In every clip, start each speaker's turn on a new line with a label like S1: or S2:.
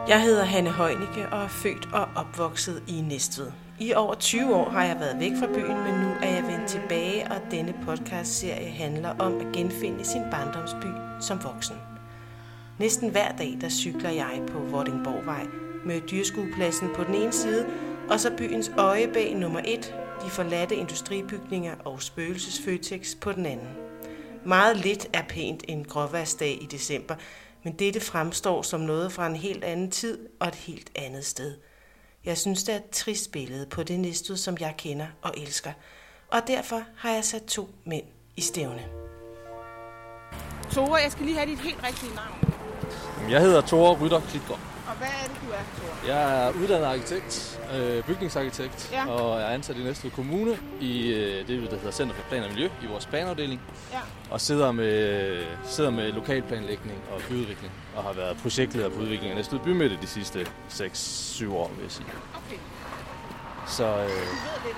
S1: Jeg hedder Hanne Heunicke og er født og opvokset i Næstved. I over 20 år har jeg været væk fra byen, men nu er jeg vendt tilbage, og denne podcastserie handler om at genfinde sin barndomsby som voksen. Næsten hver dag, der cykler jeg på Vordingborgvej med dyreskuepladsen på den ene side, og så byens øjebæg nummer 1, de forladte industribygninger og spøgelsesføtex på den anden. Meget lidt er pænt en gråværsdag i december, men dette fremstår som noget fra en helt anden tid og et helt andet sted. Jeg synes, det er et trist billede på det Næstved, som jeg kender og elsker, og derfor har jeg sat 2 mænd i stævne.
S2: Tore, jeg skal lige have dit helt rigtige navn.
S3: Jeg hedder Tore Rytter Klitgaard.
S2: Og hvad er det, du er, Tore?
S3: Jeg er uddannet arkitekt, bygningsarkitekt,
S2: Ja.
S3: og jeg er ansat i Næstved Kommune i det, der hedder Center for Plan og Miljø i vores planafdeling.
S2: Ja.
S3: Og sidder med lokalplanlægning og byudvikling, og har været projektleder på udvikling af Næstved Bymidte de sidste 6-7 år, vil jeg sige.
S2: Okay.
S3: Så
S2: Du ved lidt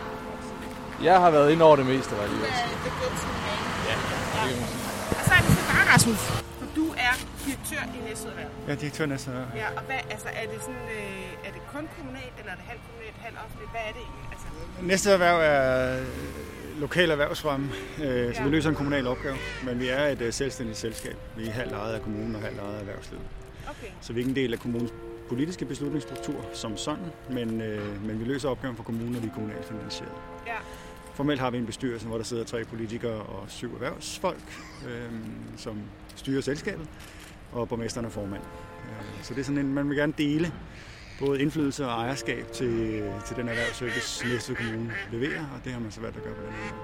S2: om
S3: jeg har været inde over det meste, var jeg lige
S2: det.
S3: ved at sige.
S2: Det gødske bane.
S3: Ja, det kan man sige.
S2: Og så er det så bare, Rasmus. For du er direktør i Næstved Erhverv.
S4: Ja, direktør Næstved.
S2: Ja, og hvad, altså, er det sådan, er det kun kommunalt, eller er det halvt kommunalt, halvt offentligt? Hvad er det egentlig? Altså,
S4: Næstved Erhverv er lokal erhvervsfremme, så vi løser en kommunal opgave, men vi er et selvstændigt selskab. Vi er halvt ejet af kommunen og halvt ejet af erhvervslivet.
S2: okay.
S4: Så vi er ikke en del af kommunens politiske beslutningsstruktur som sådan, men vi løser opgaven for kommunen, og vi er kommunalt finansieret.
S2: Ja.
S4: Formelt har vi en bestyrelse, hvor der sidder 3 politikere og 7 erhvervsfolk, som styrer selskabet, og borgmesteren er formand. Så det er sådan man vil gerne dele både indflydelse og ejerskab til den erhvervsservice, Næstved Kommune leverer, og det har man så valgt at gøre på den måde.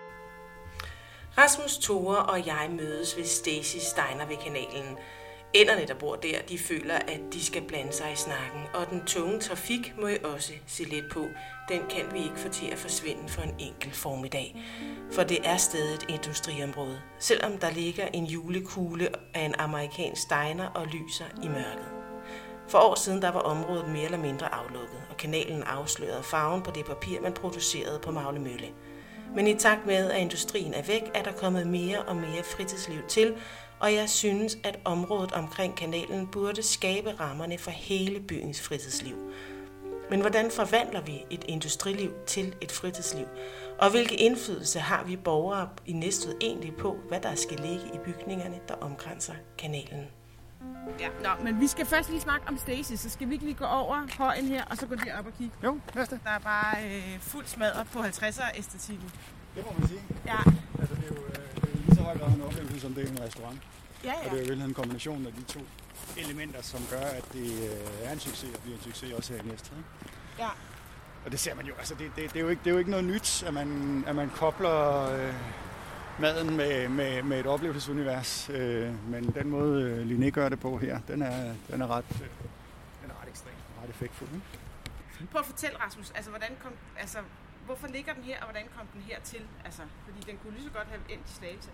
S1: Rasmus, Tore og jeg mødes ved Stacy Steiner ved kanalen. Ænderne, der bor der, de føler, at de skal blande sig i snakken, og den tunge trafik må I også se lidt på. Den kan vi ikke få til at forsvinde for en enkelt formiddag, for det er stadig et industriområde, selvom der ligger en julekugle af en amerikansk diner og lyser i mørket. For år siden der var området mere eller mindre aflukket, og kanalen afslørede farven på det papir, man producerede på Maglemølle. Men i takt med, at industrien er væk, er der kommet mere og mere fritidsliv til, og jeg synes, at området omkring kanalen burde skabe rammerne for hele byens fritidsliv. Men hvordan forvandler vi et industriliv til et fritidsliv? Og hvilke indflydelse har vi borgere i Næstved egentlig på, hvad der skal ligge i bygningerne, der omkranser kanalen?
S2: Ja, men vi skal først lige snakke om Stacy, så skal vi ikke lige gå over højen her, og så gå lige op og kigge.
S4: Jo, næste.
S2: Der er bare fuldt smadret på 50'er-æstetikken.
S4: Det må man sige.
S2: Ja.
S4: Altså, det er jo lige så højt en oplevelse, som det er en restaurant.
S2: Ja.
S4: Og det er jo virkelig en kombination af de 2 elementer, som gør, at det er en succes, og bliver en succes også her i Næstved.
S2: Ja.
S4: Og det ser man jo, altså det er jo ikke noget nyt, at man kobler maden med et oplevelsesunivers. Men den måde Linné gør det på her, den er ret ekstrem, ret effektfuld.
S2: Prøv at fortælle, Rasmus, altså, hvorfor ligger den her, og hvordan kom den her til? Altså, fordi den kunne lige så godt have endt i Slagelse.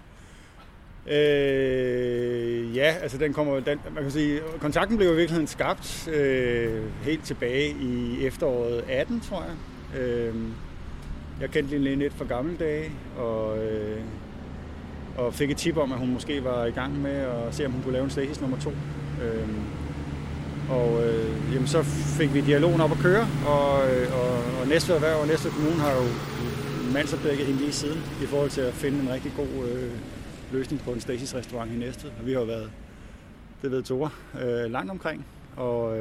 S4: Ja, altså man kan sige, kontakten blev i virkeligheden skabt helt tilbage i efteråret 18, tror jeg. Jeg kendte Linné lidt fra gamle dage, og fik et tip om, at hun måske var i gang med at se, om hun kunne lave en Stacy's nummer 2. Jamen, så fik vi dialogen op at køre, og Næstved Erhverv og Næstved Kommune har jo mandsopdækket hende lige siden, i forhold til at finde en rigtig god løsning på en Stacy's restaurant i Næstved. Og vi har jo været, det ved Tore, langt omkring, og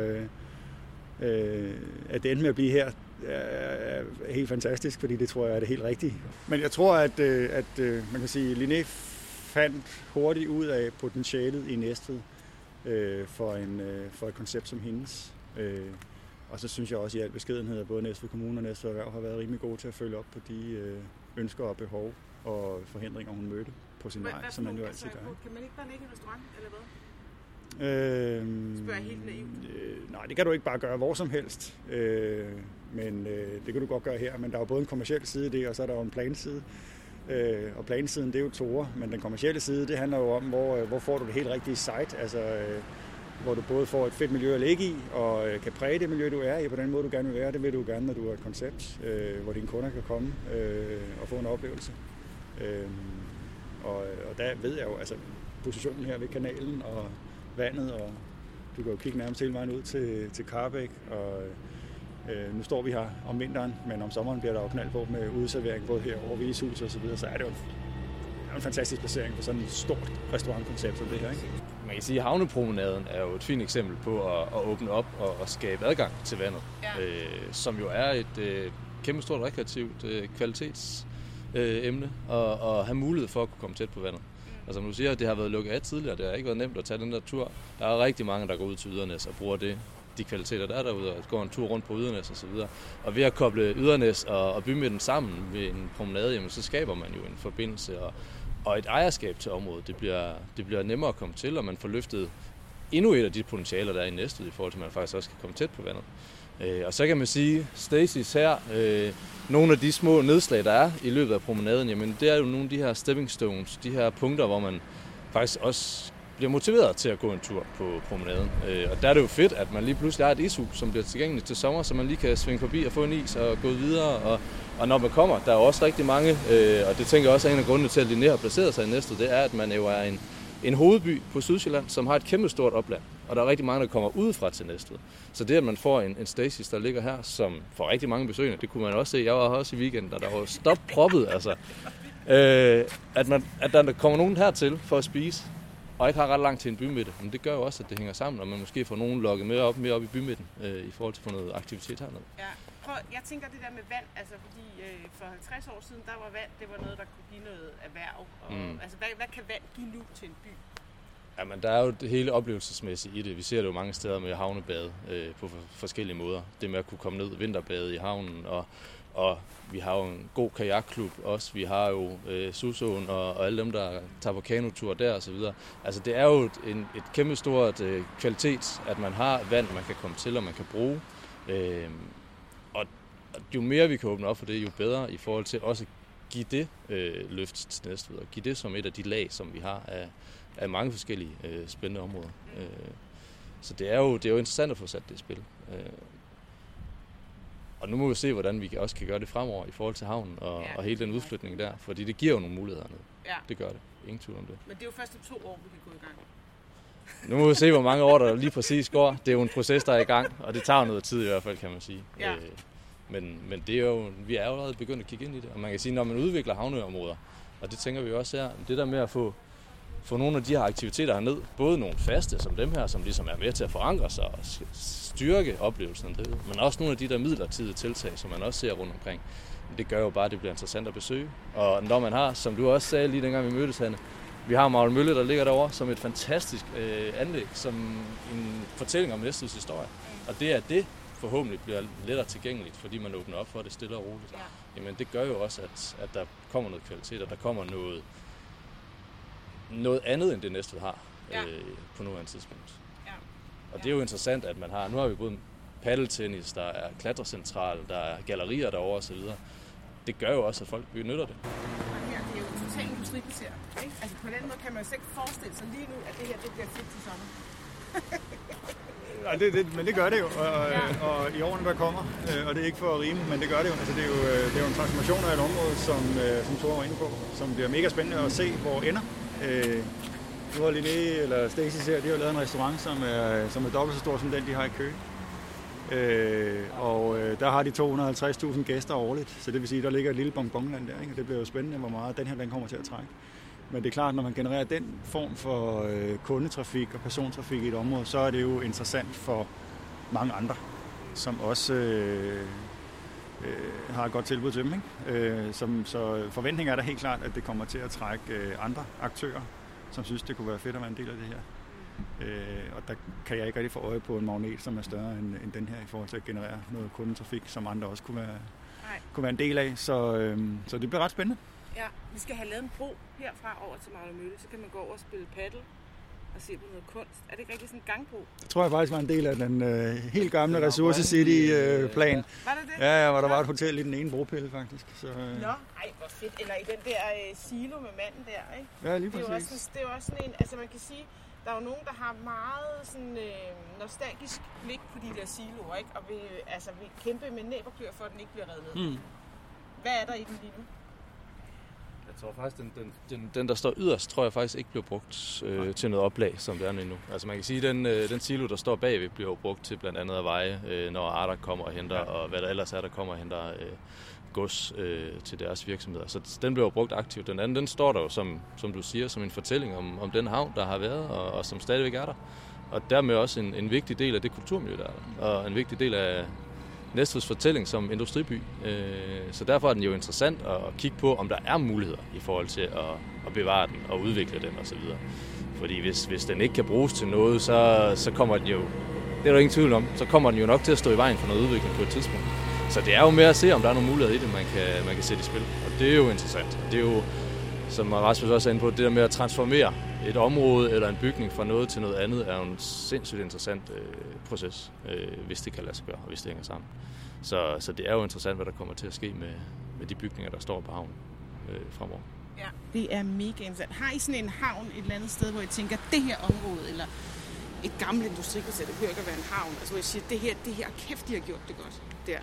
S4: at det endte med at blive her, er helt fantastisk, fordi det tror jeg er det helt rigtige. Men jeg tror, at man kan sige, Linné fandt hurtigt ud af potentialet i Næstved for et koncept som hendes. Og så synes jeg også i al beskedenhed, at både Næstved Kommune og Næstved Erhverv har været rimelig gode til at følge op på de ønsker og behov og forhindringer, hun mødte på sin vej, som man jo altid gør.
S2: Kan man ikke bare ligge i restaurant, eller hvad?
S4: Spørger
S2: jeg helt naivt.
S4: Nej, det kan du ikke bare gøre hvor som helst. Men det kan du godt gøre her. Men der er jo både en kommerciel side i det, og så er der jo en planside. Og plansiden, det er jo Tore. Men den kommercielle side, det handler jo om, hvor får du det helt rigtige site. Altså, hvor du både får et fedt miljø at ligge i, og kan præge det miljø, du er i, på den måde, du gerne vil være. Det vil du gerne, når du har et koncept, hvor dine kunder kan komme og få en oplevelse. Og der ved jeg jo, altså positionen her ved kanalen og vandet Du kan jo kigge nærmest hele vejen ud til Karbæk, og nu står vi her om vinteren, men om sommeren bliver der jo knald på med udservering, både her over Vildeshus og så videre, så er det jo en fantastisk placering på sådan et stort restaurantkoncept som det her, ikke?
S3: Man kan sige, at havnepromenaden er jo et fint eksempel på at åbne op og skabe adgang til vandet, som jo er et kæmpestort rekreativt kvalitetsemne, og have mulighed for at kunne komme tæt på vandet. Og som du siger, det har været lukket af tidligere, det har ikke været nemt at tage den der tur. Der er rigtig mange, der går ud til Ydernæs og bruger de kvaliteter, der er derude, og går en tur rundt på Ydernæs og så videre. Og ved at koble Ydernæs og bymidten sammen ved en promenade, jamen, så skaber man jo en forbindelse og et ejerskab til området. Det bliver nemmere at komme til, og man får løftet endnu et af de potentialer, der er i Næstved, i forhold til, at man faktisk også kan komme tæt på vandet. Og så kan man sige, Stacys her, nogle af de små nedslag, der er i løbet af promenaden, jamen det er jo nogle af de her stepping stones, de her punkter, hvor man faktisk også bliver motiveret til at gå en tur på promenaden. Og der er det jo fedt, at man lige pludselig har et ishus, som bliver tilgængeligt til sommer, så man lige kan svinge forbi og få en is og gå videre. Og når man kommer, der er også rigtig mange, og det tænker jeg også er en af grundene til, at Linné har placeret sig i Næstved, det er, at man jo er en hovedby på Sydsjælland, som har et kæmpe stort opland. Og der er rigtig mange, der kommer udefra til Næstved. Så det, at man får en Stacys, der ligger her, som får rigtig mange besøgende, det kunne man også se. Jeg var her også i weekenden, og der var stopproppet, altså. At der kommer nogen hertil for at spise, og ikke har ret langt til en bymidte, men det gør jo også, at det hænger sammen, og man måske får nogen lukket mere op i bymidten, i forhold til at få noget aktivitet hernede.
S2: Ja. Jeg tænker det der med vand, altså fordi for 50 år siden, der var vand, det var noget, der kunne give noget erhverv. Og, altså hvad kan vand give nu til en by?
S3: Jamen, der er jo det hele oplevelsesmæssige i det. Vi ser det jo mange steder med havnebade på forskellige måder. Det med at kunne komme ned og vinterbade i havnen, og vi har jo en god kajakklub også. Vi har jo Susåen og alle dem, der tager på kanotur der og så videre. Altså, det er jo et kæmpe stort kvalitet, at man har vand, man kan komme til og man kan bruge. Og jo mere vi kan åbne op for det, jo bedre i forhold til også at give det løft til Næstved, og give det som et af de lag, som vi har af mange forskellige spændende områder. Så det er jo interessant at få sat det i spil. Og nu må vi se, hvordan vi også kan gøre det fremover i forhold til havnen og hele den udflytning der, fordi det giver jo nogle muligheder ned. Ja. Det gør det. Ingen tvivl om det.
S2: Men det er jo først om 2 år, vi kan gå i gang.
S3: Nu må vi se, hvor mange år der lige præcis går. Det er jo en proces, der er i gang, og det tager noget tid i hvert fald, kan man sige. Ja. Men det er jo, vi er jo allerede begyndt at kigge ind i det, og man kan sige, når man udvikler havneområder, og det tænker vi jo også her, det der med at få nogle af de her aktiviteter herned, både nogle faste som dem her, som ligesom er med til at forankre sig og styrke oplevelsen, men også nogle af de der midlertidige tiltag, som man også ser rundt omkring. Det gør jo bare, at det bliver interessant at besøge. Og når man har, som du også sagde lige dengang vi mødtes, Hanne, vi har Magle Mølle, der ligger derovre som et fantastisk anlæg, som en fortælling om Næstveds historie. Og det forhåbentlig bliver lettere tilgængeligt, fordi man åbner op for det stille og roligt. Ja. Jamen det gør jo også, at der kommer noget kvalitet, og der kommer noget andet, end det Næstved har på nuværende tidspunkt. Ja. Og det er jo interessant, at man har, nu har vi både paddeltennis, der er klatrecentral, der er gallerier derovre osv. Det gør jo også, at folk benytter det.
S2: Her, det er jo totalt industrikvarter, ikke? Altså på den måde kan man jo ikke forestille sig lige nu, at det her det bliver fedt til sommer.
S4: Men det gør det jo, og i årene der kommer, og det er ikke for at rime, men det gør det jo. Altså, det er jo en transformation af et område, som Thor var inde på, som bliver mega spændende at se, hvor ender. Nu har Linné eller Stacys her, de har lavet en restaurant, som er dobbelt så stor som den, de har i Køge. Og der har de 250.000 gæster årligt, så det vil sige, der ligger et lille bonbonland der, ikke? Og det bliver jo spændende, hvor meget den her kommer til at trække. Men det er klart, når man genererer den form for kundetrafik og persontrafik i et område, så er det jo interessant for mange andre, som også har et godt tilbud til dem, ikke? Så forventningen er der helt klart, at det kommer til at trække andre aktører, som synes, det kunne være fedt at være en del af det her. Og der kan jeg ikke rigtig få øje på en magnet, som er større end den her, i forhold til at generere noget kundetrafik, som andre også kunne være en del af. Så det bliver ret spændende.
S2: Ja, vi skal have lavet en bro herfra over til Magle Mølle, så kan man gå over og spille paddle og se på noget kunst. Er det ikke rigtig sådan en gangbro?
S4: Det tror jeg faktisk var en del af den helt gamle Ressource City-plan.
S2: Var det det?
S4: Ja, hvor der var et hotel i den ene bropille faktisk. Så,
S2: Nå, ej hvor fedt. Eller i den der silo med manden der, ikke?
S4: Ja, lige præcis.
S2: Det er jo også sådan en, altså man kan sige, der er jo nogen, der har meget sådan nostalgisk blik på de der siloer, ikke? Og vil kæmpe med næb og klør for, at den ikke bliver revet ned. Hvad er der i den lige nu?
S3: Jeg tror faktisk, den der står yderst, tror jeg faktisk ikke bliver brugt til noget oplag, som det er nu. Altså man kan sige, at den silo, der står bagved, bliver jo brugt til blandt andet at veje, når Arter kommer og henter, og hvad der ellers er, der kommer og henter gods til deres virksomheder. Så den bliver jo brugt aktivt. Den anden, den står der jo, som du siger, som en fortælling om den havn, der har været, og som stadigvæk er der. Og dermed også en vigtig del af det kulturmiljø, der er der. Og en vigtig del af Næstveds fortælling som industriby. Så derfor er den jo interessant at kigge på, om der er muligheder i forhold til at bevare den og udvikle den osv. Fordi hvis den ikke kan bruges til noget, så kommer den jo, det er der ingen tvivl om, så kommer den jo nok til at stå i vejen for noget udvikling på et tidspunkt. Så det er jo med at se, om der er nogle muligheder i det, man kan sætte i spil. Og det er jo interessant. Det er jo, som Rasmus også er inde på, det der med at transformere et område eller en bygning fra noget til noget andet, er jo en sindssygt interessant proces, hvis det kan lade sig gøre, og hvis det hænger sammen. Så det er jo interessant, hvad der kommer til at ske med de bygninger, der står på havnen fremover.
S2: Ja, det er mega interessant. Har I sådan en havn et eller andet sted, hvor I tænker, det her område, eller et gammelt industrikvarter, det behøver ikke at være en havn, altså hvor I siger, det her, kæft, de har gjort det godt der?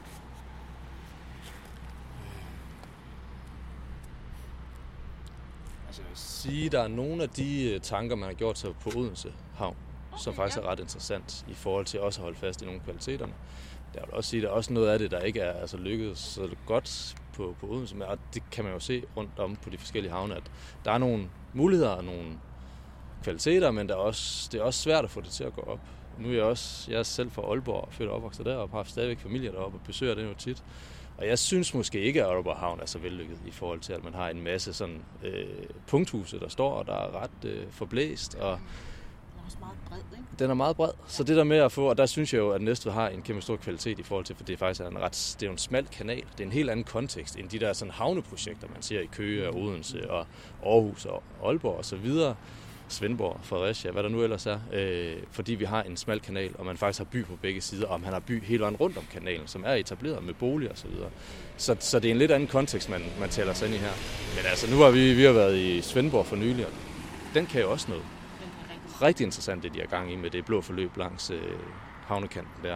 S3: Jeg vil sige, der er nogle af de tanker, man har gjort sig på Odense Havn, som faktisk er ret interessant i forhold til også at holde fast i nogle af kvaliteterne. Jeg vil også sige, at der er også noget af det, der ikke er lykkedes så godt på Odense, og det kan man jo se rundt om på de forskellige havne, at der er nogle muligheder og nogle kvaliteter, men det er også svært at få det til at gå op. Nu er jeg er selv fra Aalborg, født og opvokset deroppe, har haft stadigvæk familie deroppe og besøger det jo tit. Og jeg synes måske ikke, at Aalborg Havn er så vellykket i forhold til, at man har en masse sådan punkthuse, der står, og der er ret forblæst. Og
S2: den er også meget bred, ikke?
S3: Den er meget bred, så det der med at få, og der synes jeg jo, at Næstved har en kæmpe stor kvalitet i forhold til, for det er faktisk det er jo en smal kanal. Det er en helt anden kontekst end de der sådan havneprojekter, man ser i Køge og Odense og Aarhus og Aalborg og så videre. Svendborg, Fredericia, hvad der nu ellers er, fordi vi har en smal kanal, og man faktisk har by på begge sider, og man har by hele vejen rundt om kanalen, som er etableret med boliger og så videre. Så det er en lidt anden kontekst, man tæller sig ind i her. Men altså, nu har vi har været i Svendborg for nylig, og den kan jo også noget. Rigtig interessant, det de har gang i med det blå forløb langs havnekanten der.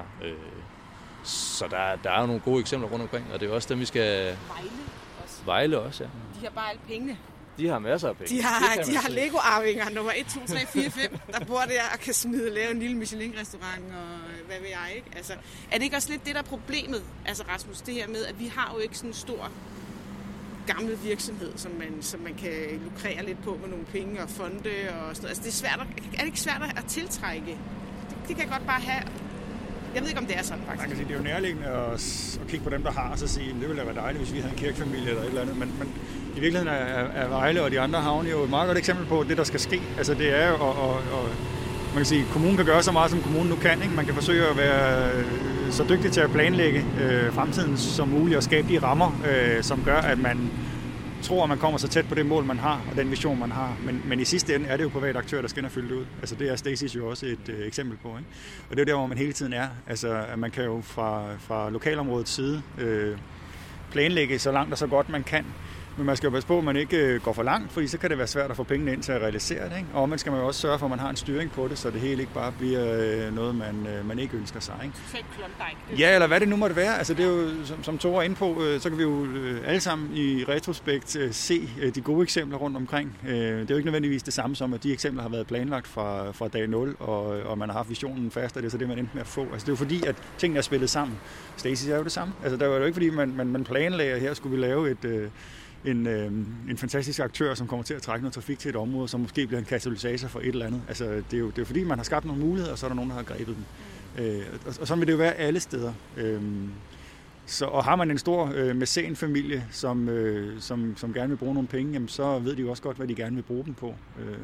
S3: Så der er jo nogle gode eksempler rundt omkring, og det er også dem, vi skal... Vejle også, ja.
S2: De har bare alle pengene.
S3: De har masser af penge.
S2: De har Lego-arvinger, nummer 1, 2, 3, 4, 5, der bor der og kan lave en lille Michelin-restaurant og hvad ved jeg, ikke? Altså, er det ikke også lidt det, der er problemet, altså Rasmus, det her med, at vi har jo ikke sådan en stor gammel virksomhed, som man kan lukrere lidt på med nogle penge og fonde og sådan noget. Altså, det er svært er det ikke svært at tiltrække? Det kan godt bare have... Jeg ved ikke, om det er sådan, faktisk.
S4: Man kan sige, det er jo nærliggende at kigge på dem, der har, og så sige, det ville da være dejligt, hvis vi havde en kirkefamilie eller et eller andet. Men i virkeligheden er Vejle og de andre havne jo et meget godt eksempel på det, der skal ske. Altså det er jo, man kan sige, kommunen kan gøre så meget, som kommunen nu kan. Ikke? Man kan forsøge at være så dygtig til at planlægge fremtiden som muligt og skabe de rammer, som gør, at man tror, at man kommer så tæt på det mål, man har, og den vision, man har. Men i sidste ende er det jo private aktører, der skal ind og fylde det ud. Altså det er Stasis jo også et eksempel på. Ikke? Og det er jo der, hvor man hele tiden er. Altså at man kan jo fra lokalområdets side planlægge så langt og så godt man kan. Men man skal jo passe på, at man ikke går for langt, fordi så kan det være svært at få pengene ind til at realisere det. Ikke? Og man skal man jo også sørge for, at man har en styring på det, så det hele ikke bare bliver noget, man ikke ønsker sig. Ikke? Ja, eller hvad det nu måtte være. Altså, det er jo, som Tore er inde på, så kan vi jo alle sammen i retrospekt se de gode eksempler rundt omkring. Det er jo ikke nødvendigvis det samme som, at de eksempler har været planlagt fra dag 0, og man har haft visionen fast, og det er så det, man endte med at få. Altså, det er jo fordi, at tingene er spillet sammen. Stasis er jo det samme. Altså, der var jo ikke fordi, man planlagde, at her skulle vi lave en fantastisk aktør, som kommer til at trække noget trafik til et område, som måske bliver en katalysator for et eller andet. Altså, det er jo fordi, man har skabt nogle muligheder, og så er der nogen, der har grebet dem. Og sådan vil det jo være alle steder. Og har man en stor mæcenfamilie, som gerne vil bruge nogle penge, jamen, så ved de jo også godt, hvad de gerne vil bruge dem på.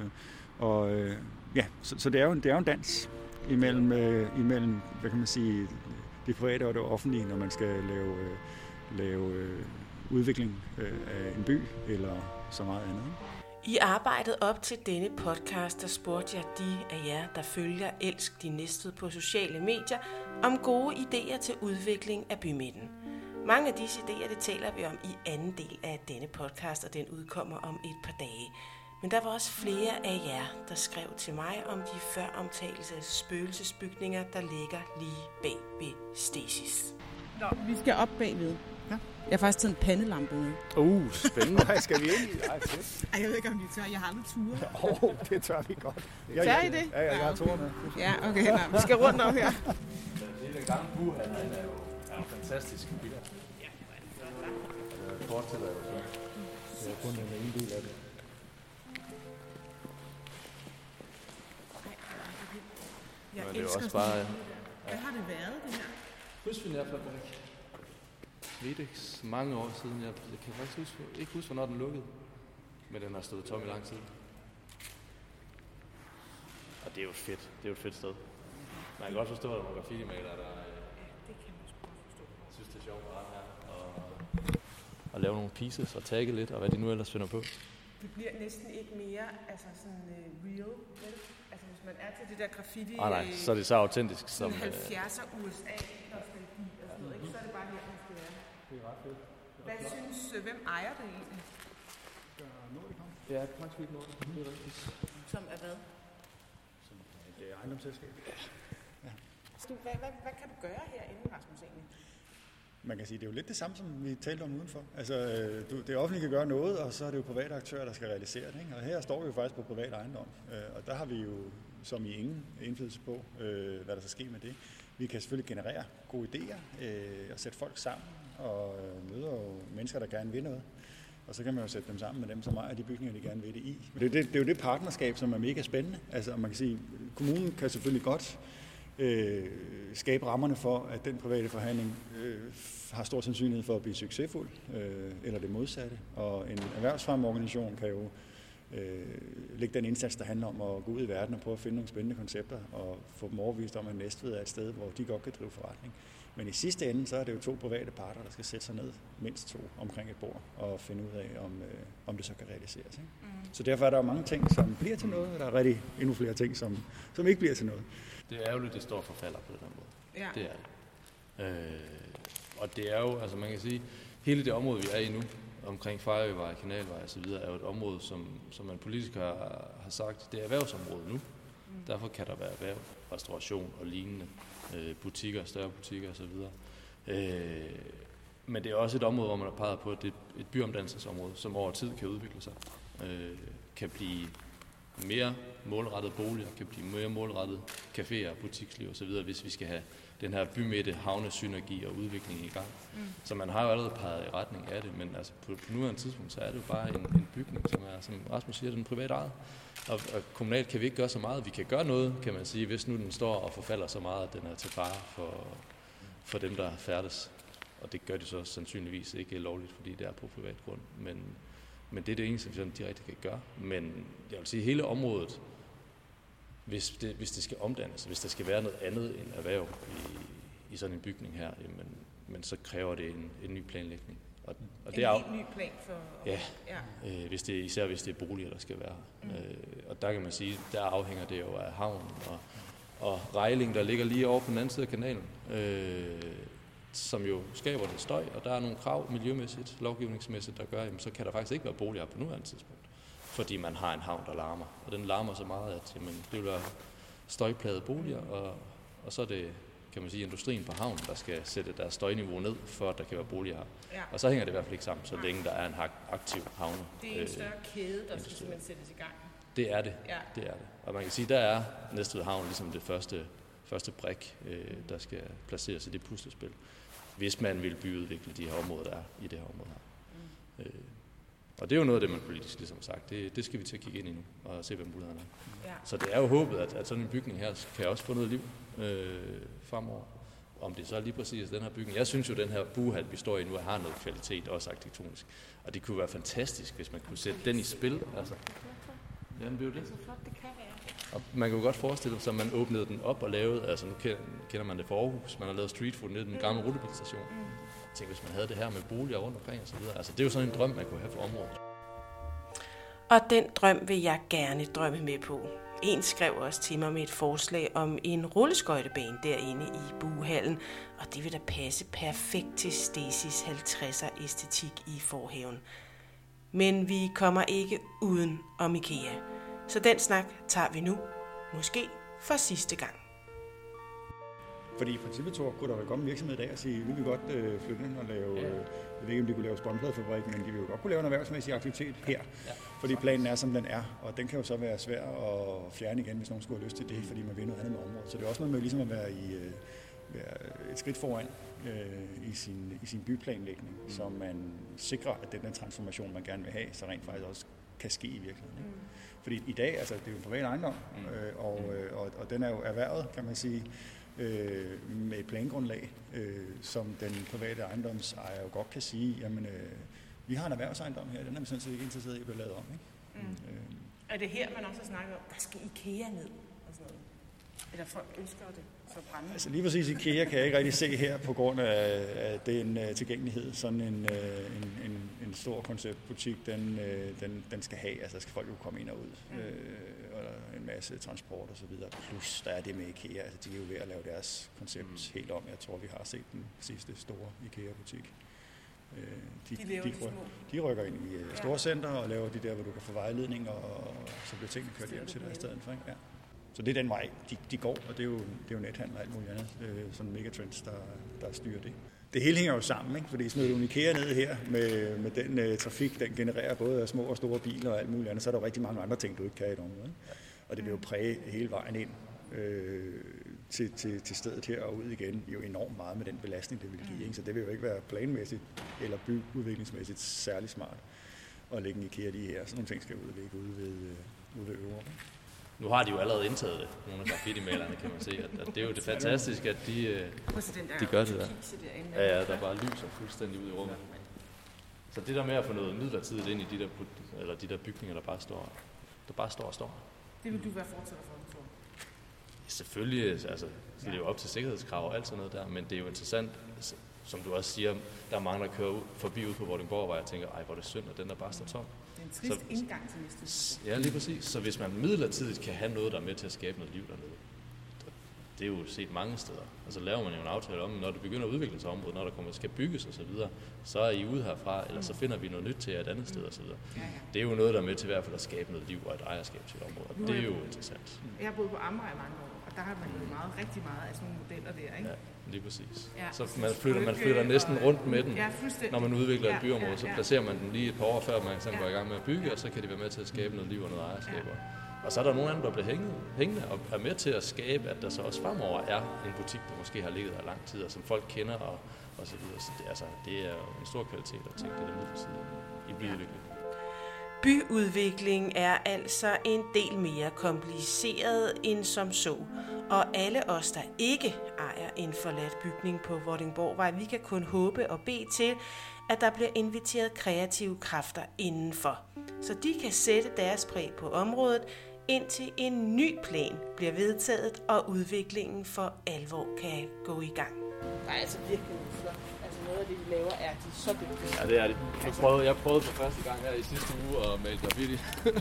S4: Så det er jo en dans imellem hvad kan man sige, det private og det offentlige, når man skal lave udvikling af en by eller så meget andet.
S1: I arbejdet op til denne podcast, der spurgte jeg de af jer, der følger Elsk de Næstved på sociale medier, om gode idéer til udvikling af bymidten. Mange af disse idéer, det taler vi om i anden del af denne podcast, og den udkommer om et par dage. Men der var også flere af jer, der skrev til mig om de før omtalte spøgelsesbygninger, der ligger lige bag ved Stasis.
S2: Nå, vi skal op bagved. Ja. Jeg har faktisk taget en pandelampe med.
S4: Spændende. Skal vi ind i? Ej, fedt.
S2: Jeg ved ikke, om de tør. Jeg har aldrig ture.
S4: Det tør vi godt.
S2: Tør I det?
S4: Ja, jeg har ture med.
S2: Ja, okay. Nå, vi skal rundt om her.
S3: Den gamle buhal er jo fantastisk. Ja, hvor er det flot, hva'? Det forestiller jo så. Det er kun den ene del af det.
S2: Jeg
S3: men det er
S2: elsker
S3: også
S2: sådan
S3: bare...
S2: Hvad har det været, det her?
S3: Krydsfinærfabrik. Vedex, mange år siden. Jeg kan faktisk ikke huske, hvornår den lukkede. Men den har stået tom i lang tid. Og det er jo fedt. Det er jo et fedt sted. Man kan godt forstå, at der er nogle graffiti-malere, der
S2: Det kan man sgu godt forstå.
S3: synes, det er sjovt at her. Og lave nogle pieces og tagge lidt, og hvad de nu ellers finder på.
S2: Det bliver næsten ikke mere altså sådan real, vel? Altså hvis man er til det der graffiti...
S3: Nej, så er det så autentisk som...
S2: 70'er USA, nostalgi og sådan noget, ikke? Så er det bare her, man skal være.
S4: Det er ret fedt.
S2: Hvad synes, hvem ejer det egentlig?
S4: Nordicom.
S3: Ja, Kvangsvik Nordicom, det er rigtigt.
S2: Som er hvad?
S4: Som et ejendomsselskab.
S2: Hvad kan du gøre herinde, Rasmus, egentlig?
S4: Man kan sige, det er jo lidt det samme, som vi talte om udenfor. Altså, det offentlige kan gøre noget, og så er det jo private aktører, der skal realisere det. Ikke? Og her står vi jo faktisk på privat ejendom, og der har vi jo, som i ingen indflydelse på, hvad der skal ske med det. Vi kan selvfølgelig generere gode idéer og sætte folk sammen, og møder jo mennesker, der gerne vil noget. Og så kan man jo sætte dem sammen med dem, som ejer de bygninger, de gerne vil det i. Det er jo det partnerskab, som er mega spændende. Altså, man kan sige, kommunen kan selvfølgelig godt skabe rammerne for, at den private forhandling har stor sandsynlighed for at blive succesfuld, eller det modsatte. Og en erhvervsfremmeorganisation kan jo lægge den indsats, der handler om at gå ud i verden og prøve at finde nogle spændende koncepter og få dem overbevist om, at Næstved er et sted, hvor de godt kan drive forretning. Men i sidste ende, så er det jo to private parter, der skal sætte sig ned, mindst to, omkring et bord og finde ud af, om det så kan realiseres. Ikke? Så derfor er der jo mange ting, som bliver til noget, og der er rigtig endnu flere ting, som ikke bliver til noget.
S3: Det er ærgerligt, det står og forfalder på den måde.
S2: Ja.
S3: Det er det. Og det er jo, altså man kan sige, hele det område, vi er i nu, omkring Fejøvej, Kanalvej og så videre, er jo et område, som man politisk har sagt, det er erhvervsområde nu. Derfor kan der være erhverv, restauration og lignende, butikker, større butikker og så videre. Men det er også et område, hvor man har peget på, at det er et byomdannelsesområde, som over tid kan udvikle sig. Kan blive mere målrettet boliger, kan blive mere målrettet caféer, butiksliv og så videre, hvis vi skal have den her bymidte havnesynergi og udvikling i gang. Så man har jo allerede peget i retning af det, men altså på nuværende tidspunkt, så er det jo bare en bygning, som er, som Rasmus siger, den private ejet. Og kommunalt kan vi ikke gøre så meget. Vi kan gøre noget, kan man sige, hvis nu den står og forfalder så meget, at den er til fare for dem, der færdes. Og det gør de så sandsynligvis ikke lovligt, fordi det er på privat grund. Men det er det eneste, vi sådan direkte kan gøre. Men jeg vil sige, hele området, hvis det skal omdannes, hvis der skal være noget andet end erhverv i sådan en bygning her, men så kræver det en ny planlægning. Og
S2: det er en ny plan for...
S3: Ja, især hvis det er boliger, der skal være. Og der kan man sige, der afhænger det jo af havnen og Rejling, der ligger lige over på den anden side af kanalen, som jo skaber det støj, og der er nogle krav miljømæssigt, lovgivningsmæssigt, der gør, jamen, så kan der faktisk ikke være boliger på nuværende tidspunkt, fordi man har en havn, der larmer. Og den larmer så meget, at jamen, det vil være støjplagede boliger, og så er det, kan man sige, industrien på havnen, der skal sætte deres støjniveau ned, for at der kan være boliger her. Ja. Og så hænger det i hvert fald ikke sammen, så længe der er en aktiv havne.
S2: Det er en større kæde, der skal simpelthen sættes i gang.
S3: Det er det. Ja. Det er det. Og man kan sige, der er Næstved Havn ligesom det første brik, der skal placeres i det puslespil, hvis man vil byudvikle de her områder, der er i det her område her. Og det er jo noget af det, man politisk ligesom har sagt. Det skal vi til at kigge ind i nu, og se, hvad mulighederne er. Ja. Så det er jo håbet, at sådan en bygning her kan også få noget liv fremover. Om det så er lige præcis den her bygning. Jeg synes jo, den her buehal, vi står i nu, har noget kvalitet, også arkitektonisk. Og det kunne være fantastisk, hvis man kunne sætte den i spil. Altså. Ja, den blev det.
S2: Så flot det kan være.
S3: Og man kan jo godt forestille sig, at man åbnede den op og lavede, altså nu kender man det for Aarhus, man har lavet street food nede i den gamle rutebilstation. Tænk, hvis man havde det her med boliger rundt omkring og så videre. Altså det er jo sådan en drøm, man kunne have for området.
S1: Og den drøm vil jeg gerne drømme med på. En skrev også til mig med et forslag om en rulleskøjtebane derinde i buehallen, og det vil da passe perfekt til Stacys 50'er æstetik i forhaven. Men vi kommer ikke uden om IKEA, så den snak tager vi nu, måske for sidste gang.
S4: Fordi i princippet kunne der vel komme en virksomhed i dag og sige, vi vil godt flytte ind og lave, jeg ved ikke om de kunne lave spånpladefabrik, men de vil jo godt kunne lave en erhvervsmæssig aktivitet her. Fordi planen er, som den er, og den kan jo så være svær at fjerne igen, hvis nogen skulle have lyst til det, fordi man vil noget andet med området. Så det er også noget med ligesom at være et skridt foran i sin byplanlægning, så man sikrer, at den transformation, man gerne vil have, så rent faktisk også kan ske i virkeligheden. Fordi i dag, altså det er jo en privat ejendom, og den er jo erhvervet, kan man sige, med et plangrundlag, som den private ejendomsejer jo godt kan sige, jamen, vi har en erhvervsejendom her, den er vi sådan set ikke interesseret i at blive lavet om. Ikke?
S1: Er det her, man også har snakket om, der skal IKEA ned og sådan noget? Eller folk ønsker det så brændende?
S4: Altså lige præcis IKEA kan jeg ikke rigtig se her på grund af den tilgængelighed, sådan en stor konceptbutik, den skal have. Altså der skal folk jo komme ind og ud, og en masse transport og så videre. Plus der er det med IKEA, altså de er jo ved at lave deres koncept helt om. Jeg tror, vi har set den sidste store IKEA-butik. De rykker ind i store center og laver de der, hvor du kan få vejledning, og så bliver tingene kørt hjem til dig i stedet for. Ja. Så det er den vej, de går, og det er jo nethandel og alt muligt andet, sådan megatrends, der styrer det. Det hele hænger jo sammen, ikke? Fordi smider du en IKEA ned her med den trafik, den genererer både små og store biler og alt muligt andet, så er der jo rigtig mange andre ting, du ikke kan i et område. Og det vil jo præge hele vejen ind til stedet her og ud igen jo enormt meget med den belastning, det vil give. Ikke? Så det vil jo ikke være planmæssigt eller byudviklingsmæssigt særlig smart at lægge en IKEA lige her. Så nogle ting skal ligge ude ved øvre.
S3: Nu har de jo allerede indtaget det, nogle af graffiti-malerne, kan man se. At det er jo det fantastiske, at de gør det der. Ja, der bare lyser fuldstændig ud i rummet. Så det der med at få noget midlertidigt ind i de der bygninger, der bare står og står.
S2: Det vil du være fortsætter for, tror jeg?
S3: Selvfølgelig, altså, det er jo op til sikkerhedskrav og alt sådan noget der, men det er jo interessant, som du også siger, der er mange, der kører forbi ud på Vordingborg, hvor jeg tænker, ej, hvor er det synd, at den der bare står tom.
S2: Det er en trist indgang til næste.
S3: Ja, lige præcis. Så hvis man midlertidigt kan have noget, der er med til at skabe noget liv dernede, det er jo set mange steder. Altså laver man jo en aftale om, når det begynder at udvikle sig området, når der skal bygges osv., så er I ude herfra, eller så finder vi noget nyt til et andet sted osv. Det er jo noget, der er med til i hvert fald at skabe noget liv og et ejerskab til et område, og det er jo interessant.
S2: Jeg har boet på Amager i mange år, og der har man jo rigtig meget af sådan nogle modeller der, ikke?
S3: Ja, lige præcis. Ja. Så man flytter næsten rundt med den, når man udvikler et byområde, så placerer man den lige et par år før, man så går i gang med at bygge, og så kan de være med til at skabe noget liv og noget ejerskab. Og så er der nogle andre, der bliver hængende og er med til at skabe, at der så også fremover er en butik, der måske har ligget der lang tid, og som folk kender og så videre. Så det er en stor kvalitet at tænke det med for siden i byudvikling.
S1: Byudvikling er altså en del mere kompliceret end som så. Og alle os, der ikke ejer en forladt bygning på Vordingborgvej, vi kan kun håbe og bede til, at der bliver inviteret kreative kræfter indenfor, så de kan sætte deres præg på området, indtil en ny plan bliver vedtaget, og udviklingen for alvor kan gå i gang.
S2: Der er altså virkelig flot. Altså noget af det, vi laver, er de så dygtige.
S3: Ja, det er det. Jeg prøvede for første gang her i sidste uge at male graffiti.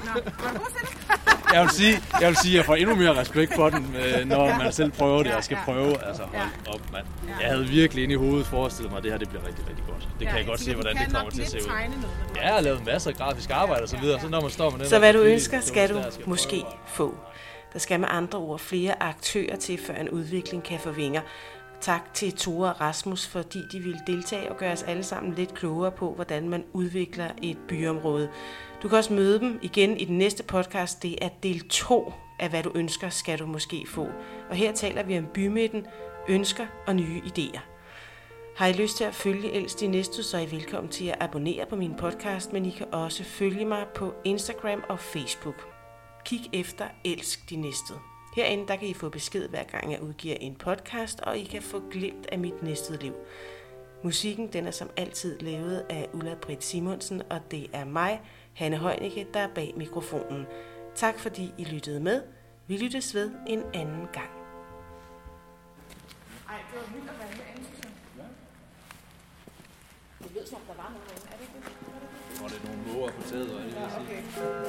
S3: Jeg vil sige, at jeg får endnu mere respekt for den, når man selv prøver det og skal prøve. Altså, hold op, mand. Jeg havde virkelig inde i hovedet forestillet mig, at det her det bliver rigtig, rigtig godt. Det kan jeg godt se, hvordan det kommer til at se ud. Ja, jeg har lavet masser af grafisk arbejde og så videre. Så når man står med den
S1: så hvad du ønsker, skal du måske få. Der skal med andre ord flere aktører til, før en udvikling kan få vinger. Tak til Tore og Rasmus, fordi de ville deltage og gøre os alle sammen lidt klogere på, hvordan man udvikler et byområde. Du kan også møde dem igen i den næste podcast. Det er del 2 af hvad du ønsker, skal du måske få. Og her taler vi om bymidten, ønsker og nye idéer. Har I lyst til at følge Elsk de Næste, så er I velkommen til at abonnere på min podcast, men I kan også følge mig på Instagram og Facebook. Kig efter Elsk de Næste. Herinde der kan I få besked hver gang jeg udgiver en podcast, og I kan få glimt af mit næste liv. Musikken den er som altid lavet af Ulla-Britt Simonsen, og det er mig, Hanne Heunicke, der er bag mikrofonen. Tak fordi I lyttede med. Vi lyttes ved en anden gang.
S2: Ej, det var vildt at være herinde, synes jeg. Det lød som om, der var nogen herinde. Er det ikke det?
S3: Hvor det er nogle måger på taget, og det vil sige.